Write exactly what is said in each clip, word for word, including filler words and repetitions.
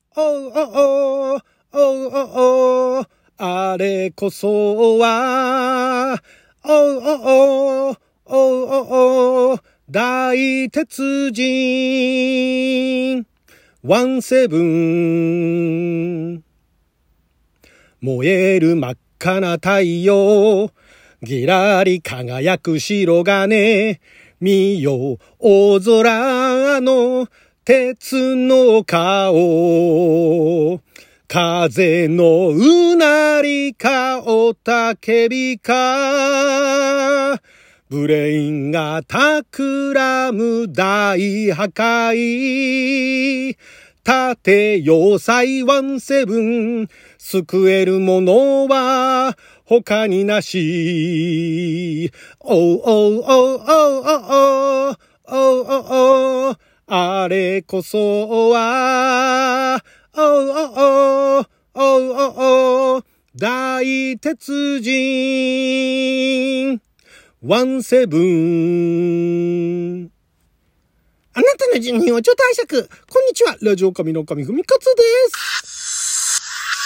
おうおうおうおうおうおうあれこそはおうおうおうおうおう大鉄人ワンセブン燃える真っ赤な太陽ぎらり輝く白金見よ大空の鉄の顔風のうなりかおたけびかブレインが企む大破壊盾要塞ワンセブン救えるものは他になしおうおうおうおうおうおうおうおうあれこそはおうおうおうおうおう大鉄人ワンセブンあなたの住人をちょっと拝借こんにちはラジオ神の神ふみかつです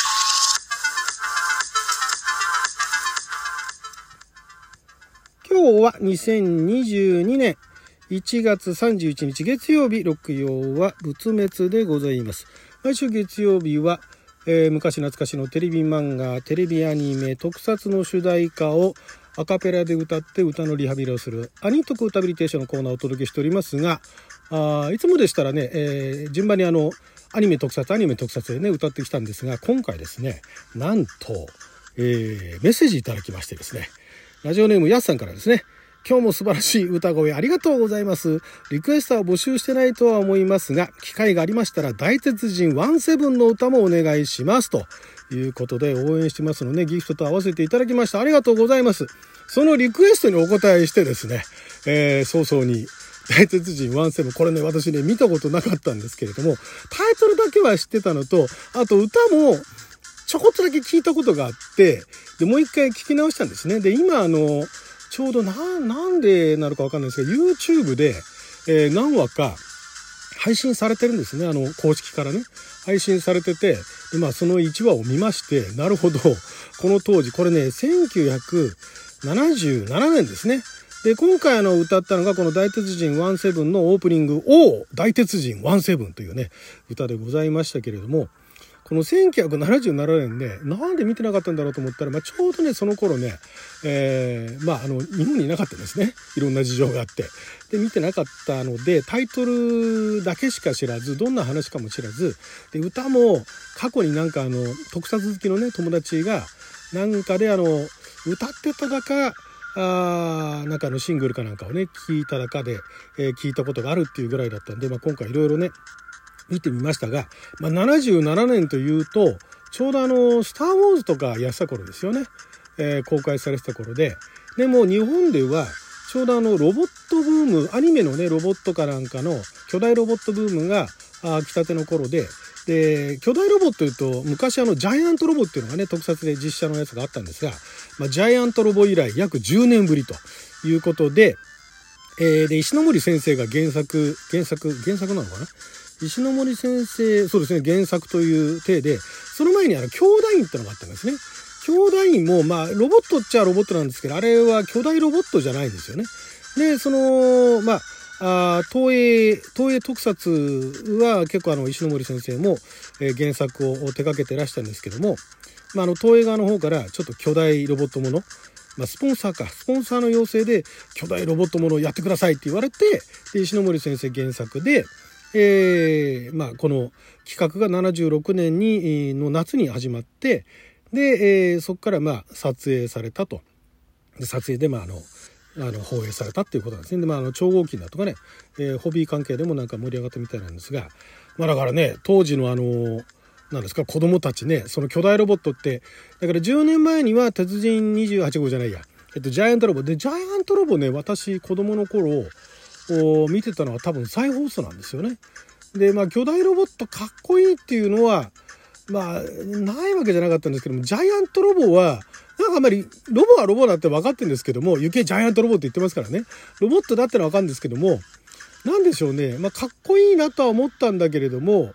今日はにせんにじゅうにねんいちがつさんじゅういちにち月曜日六曜は仏滅でございます。毎週月曜日は、えー、昔懐かしのテレビ漫画テレビアニメ特撮の主題歌をアカペラで歌って歌のリハビリをするアニトク歌ビリテーションのコーナーをお届けしておりますがあいつもでしたらね、えー、順番にあのアニメ特撮アニメ特撮でね歌ってきたんですが今回ですねなんと、えー、メッセージいただきましてですねラジオネームやすさんからですね今日も素晴らしい歌声ありがとうございます。リクエストは募集してないとは思いますが、機会がありましたら大鉄人ワンセブンの歌もお願いしますということで応援してますのでギフトと合わせていただきましたありがとうございます。そのリクエストにお答えしてですね、えー、早々に大鉄人ワンセブンこれね私ね見たことなかったんですけれどもタイトルだけは知ってたのとあと歌もちょこっとだけ聞いたことがあってでもう一回聞き直したんですね。で今あのちょうどな、なんでなるかわかんないですけど YouTube で、えー、何話か配信されてるんですね。あの公式からね配信されててで、まあ、そのいちわを見ましてなるほどこの当時これねせんきゅうひゃくななじゅうななねんですね。で今回あの歌ったのがこの大鉄人ワンセブンのオープニングお大鉄人ワンセブンというね歌でございましたけれどもこのせんきゅうひゃくななじゅうななねんねなんで見てなかったんだろうと思ったら、まあ、ちょうどねその頃ね、えー、まああの日本にいなかったんですね。いろんな事情があってで見てなかったのでタイトルだけしか知らずどんな話かも知らずで歌も過去になんかあの特撮好きのね友達がなんかであの歌ってただかあなんかのシングルかなんかをね聞いただかで、えー、聞いたことがあるっていうぐらいだったんで、まあ、今回いろいろね見てみましたが、まあ、ななじゅうななねんというとちょうどあのスター・ウォーズとかやってた頃ですよね、えー、公開されてた頃ででも日本ではちょうどあのロボットブームアニメのねロボットかなんかの巨大ロボットブームがあ来たての頃でで巨大ロボットというと昔あのジャイアントロボっていうのがね特撮で実写のやつがあったんですが、まあ、ジャイアントロボ以来約じゅうねんぶりということで、えー、で石ノ森先生が原作原作原作なのかな石ノ森先生そうですね原作という体でその前にあの兄弟院ってのがあったんですね。兄弟院もまあロボットっちゃロボットなんですけどあれは巨大ロボットじゃないんですよね。でそのまああ東映東映特撮は結構あの石ノ森先生も、えー、原作を手掛けてらしたんですけども、まあ、あの東映側の方からちょっと巨大ロボットものまあ、スポンサーかスポンサーの要請で巨大ロボットものをやってくださいって言われてで石ノ森先生原作でえーまあ、この企画がななじゅうろくねんにの夏に始まってで、えー、そこからまあ撮影されたとで撮影でまああのあの放映されたっていうことなんですね。で、まあ、あの超合金だとかね、えー、ホビー関係でもなんか盛り上がったみたいなんですが、まあ、だからね当時のあのなんですか子供たちねその巨大ロボットってだからじゅうねんまえには鉄人にじゅうはちごうじゃないや、えっと、ジャイアントロボでジャイアントロボね私子供の頃を見てたのは多分再放送なんですよね。でまあ巨大ロボットかっこいいっていうのはまあないわけじゃなかったんですけどもジャイアントロボはなんかあんまりロボはロボだって分かってるんですけども余計ジャイアントロボって言ってますからねロボットだってのは分かるんですけどもなんでしょうねまあかっこいいなとは思ったんだけれども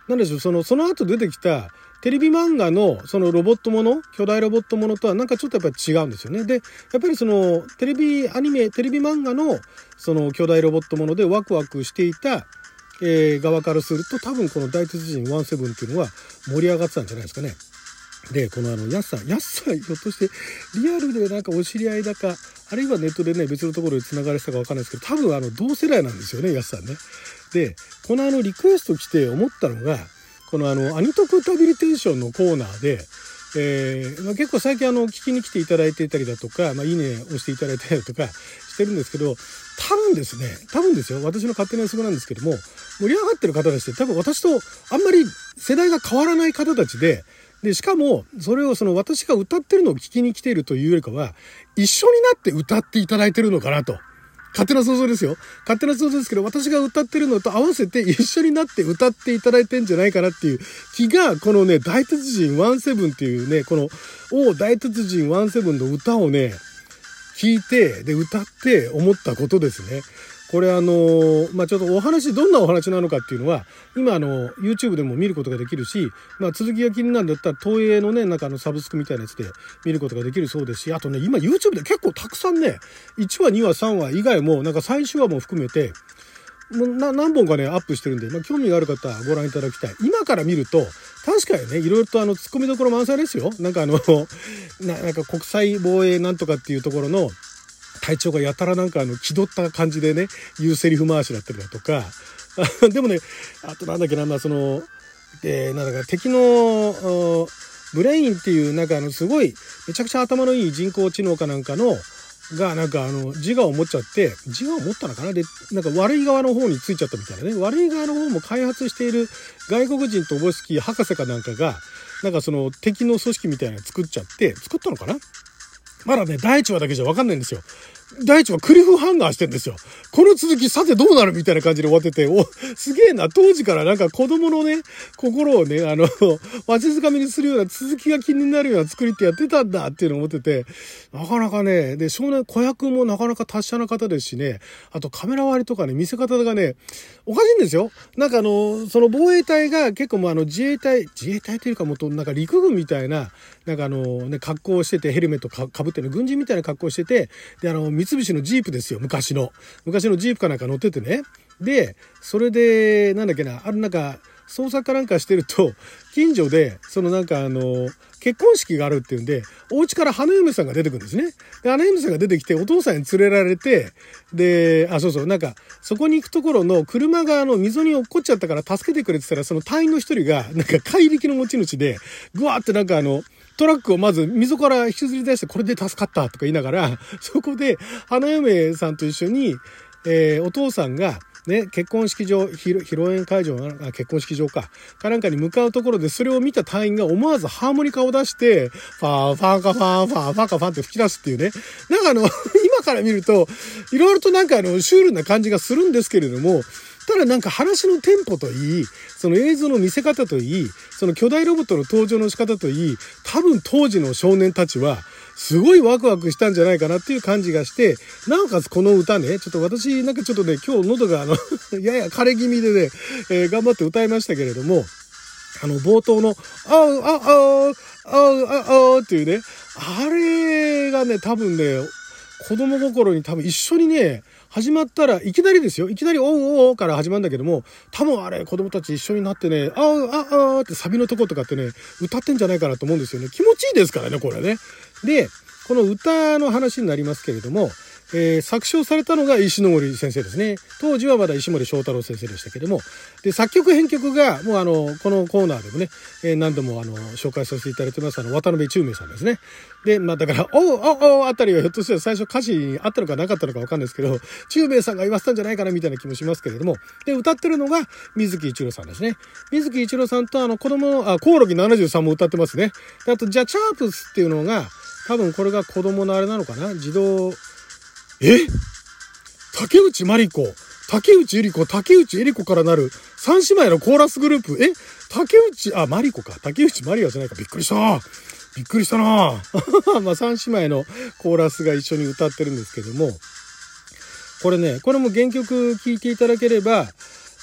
なんでしょう、その、その後出てきたテレビ漫画のそのロボットもの、巨大ロボットものとはなんかちょっとやっぱり違うんですよね。で、やっぱりそのテレビアニメ、テレビ漫画のその巨大ロボットものでワクワクしていた、えー、側からすると多分この大鉄人じゅうななっていうのは盛り上がってたんじゃないですかね。で、このあの、ヤスさん、ヤスさん、ひょっとして、リアルでなんかお知り合いだか、あるいはネットでね、別のところで繋がれてたかわかんないですけど、多分あの、同世代なんですよね、ヤスさんね。で、このあの、リクエスト来て思ったのが、このあの、アニトクタビリテーションのコーナーで、えーまあ、結構最近あの、聞きに来ていただいていたりだとか、まあ、いいね押していただいたりだとかしてるんですけど、多分ですね、多分ですよ、私の勝手な予測なんですけども、盛り上がってる方たちって多分私とあんまり世代が変わらない方たちで、で、しかも、それをその私が歌ってるのを聞きに来ているというよりかは、一緒になって歌っていただいてるのかなと。勝手な想像ですよ。勝手な想像ですけど、私が歌ってるのと合わせて一緒になって歌っていただいてんじゃないかなっていう気が、このね、大鉄人じゅうななっていうね、この、お大鉄人じゅうななの歌をね、聞いて、で、歌って思ったことですね。これあの、まあ、ちょっとお話、どんなお話なのかっていうのは、今あの、YouTube でも見ることができるし、まあ、続きが気になるんだったら、東映のね、なんかあの、サブスクみたいなやつで見ることができるそうですし、あとね、今 YouTube で結構たくさんね、いちわ、にわ、さんわ以外も、なんか最終話も含めて、もうな何本かね、アップしてるんで、まあ、興味がある方はご覧いただきたい。今から見ると、確かにね、いろいろとあの、突っ込みどころ満載ですよ。なんかあの、な、なんか国際防衛なんとかっていうところの、隊長がやたらなんかあの気取った感じでね言うセリフ回しだったりだとかでもね、あとなんだっけな、まあそのでなんだか敵のブレインっていうなんかあのすごいめちゃくちゃ頭のいい人工知能かなんかのがなんかあの自我を持っちゃって自我を持ったのかなでなんか悪い側の方についちゃったみたいなね、悪い側の方も開発している外国人とおぼしき博士かなんかがなんかその敵の組織みたいなの作っちゃって作ったのかな。まだね、第一話だけじゃ分かんないんですよ。第一話クリフハンガーしてんですよ。この続きさてどうなるみたいな感じで終わってて、お、すげえな。当時からなんか子供のね、心をね、あの、わしづかみにするような続きが気になるような作りってやってたんだっていうのを思ってて、なかなかね、で、少年子役もなかなか達者な方ですしね、あとカメラ割りとかね、見せ方がね、おかしいんですよ。なんかあの、その防衛隊が結構もうあの自衛隊、自衛隊というかもっとなんか陸軍みたいな、なんかあのね、格好をしてて、ヘルメットかぶってね、軍人みたいな格好をしてて、で、あの、三菱のジープですよ、昔の。昔のジープかなんか乗っててね。で、それで、なんだっけな、あるなんか、捜索かなんかしてると、近所で、そのなんかあの、結婚式があるっていうんで、お家から花嫁さんが出てくるんですね。で、花嫁さんが出てきて、お父さんに連れられて、で、あ、そうそう、なんか、そこに行くところの車があの、溝に落っこっちゃったから助けてくれてたら、その隊員の一人が、なんか怪力の持ち主で、ぐわーってなんかあの、トラックをまず溝から引きずり出して、これで助かったとか言いながら、そこで花嫁さんと一緒に、えー、お父さんが、ね、結婚式場、披露宴会場、あ、結婚式場か、かなんかに向かうところで、それを見た隊員が思わずハーモニカを出して、ファー、ファーカファー、ファー、ファーカファーって吹き出すっていうね。なんかあの、今から見ると、いろいろとなんかあの、シュールな感じがするんですけれども、ただなんか話のテンポといい、その映像の見せ方といい、その巨大ロボットの登場の仕方といい、多分当時の少年たちは、すごいワクワクしたんじゃないかなっていう感じがして、なおかつこの歌ね、ちょっと私なんかちょっとね、今日喉があの、やや枯れ気味でね、えー、頑張って歌いましたけれども、あの冒頭の、あう、あ、あ、あ、あ、あ、っていうね、あれがね、多分ね、子供心に多分一緒にね、始まったらいきなりですよ。いきなりおうおうから始まるんだけども、多分あれ子供たち一緒になってね、あう、あ、あってサビのとことかってね、歌ってんじゃないかなと思うんですよね。気持ちいいですからね、これね。で、この歌の話になりますけれども、えー、作詞をされたのが石森先生ですね。当時はまだ石森章太郎先生でしたけども、で、作曲編曲が、もうあの、このコーナーでもね、えー、何度もあの、紹介させていただいてます、あの、渡辺中明さんですね。で、まあだから、おう、おう、おうあたりはひょっとしたら最初歌詞にあったのかなかったのかわかんないですけど、中明さんが言わせたんじゃないかなみたいな気もしますけれども、で、歌ってるのが水木一郎さんですね。水木一郎さんとあの、子供、あ、コオロギななじゅうさんも歌ってますね。で、あと、じゃあ、チャープスっていうのが、多分これが子供のあれなのかな自動、え竹内まりこ、竹内ゆり子、竹内えり子からなる三姉妹のコーラスグループ。え竹内、あ、まりこか。竹内まりはじゃないか。びっくりした。びっくりしたなまあ三姉妹のコーラスが一緒に歌ってるんですけども、これね、これも原曲聴いていただければ、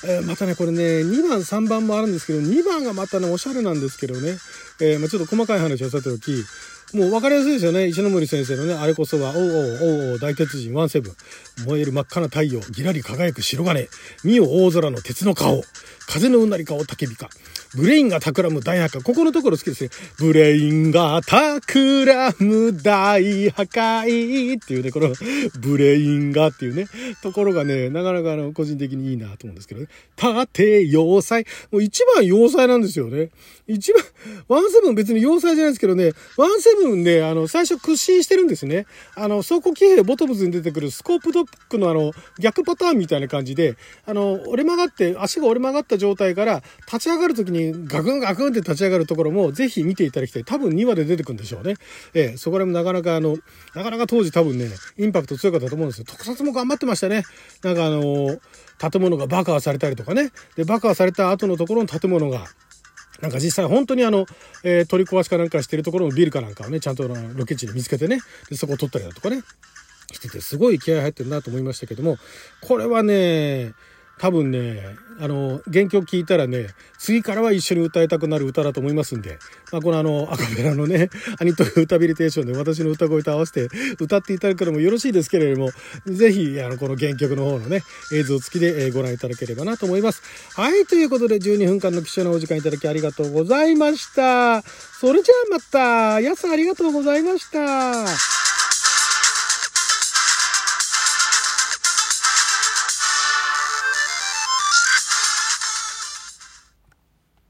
えー、またね、これね、にばん、さんばんもあるんですけど、にばんがまたね、おしゃれなんですけどね。えー、まあちょっと細かい話はさておき、もう分かりやすいですよね。石ノ森先生のね、あれこそは、おうおうおうおう大鉄人じゅうなな。燃える真っ赤な太陽、ぎらり輝く白金。見よ大空の鉄の顔。風のうなりかおたけびか。ブレインが企む大破壊。ここのところ好きですね。ブレインが企む大破壊っていうね、このブレインがっていうね、ところがね、なかなかあの、個人的にいいなと思うんですけどね。盾要塞。もう一番要塞なんですよね。一番、ワンセブン別に要塞じゃないですけどね、ワンセブンで、あの、最初屈伸してるんですね。あの、走行騎兵ボトムズに出てくるスコープドックのあの、逆パターンみたいな感じで、あの、折れ曲がって、足が折れ曲がった状態から立ち上がるときにガクンガクンって立ち上がるところもぜひ見ていただきたい。多分にわで出てくるんでしょうね。ええ、そこらもなかなかあの、なかなか当時多分ね、インパクト強かったと思うんですよ。特撮も頑張ってましたね。なんかあの、建物が爆破されたりとかね。で、爆破された後のところの建物が、なんか実際本当にあの、えー、取り壊しかなんかしてるところのビルかなんかをね、ちゃんとロケ地で見つけてね、でそこを撮ったりだとかね、してて、すごい気合入ってるなと思いましたけども、これはね、多分ね、あの、原曲聞いたらね、次からは一緒に歌いたくなる歌だと思いますんで、まあ、このあの、アカペラのね、アニト歌ビリテーションで私の歌声と合わせて歌っていただくのもよろしいですけれども、ぜひ、あの、この原曲の方のね、映像付きでご覧いただければなと思います。はい、ということでじゅうにふんかんの貴重なお時間いただきありがとうございました。それじゃあまた、やすありがとうございました。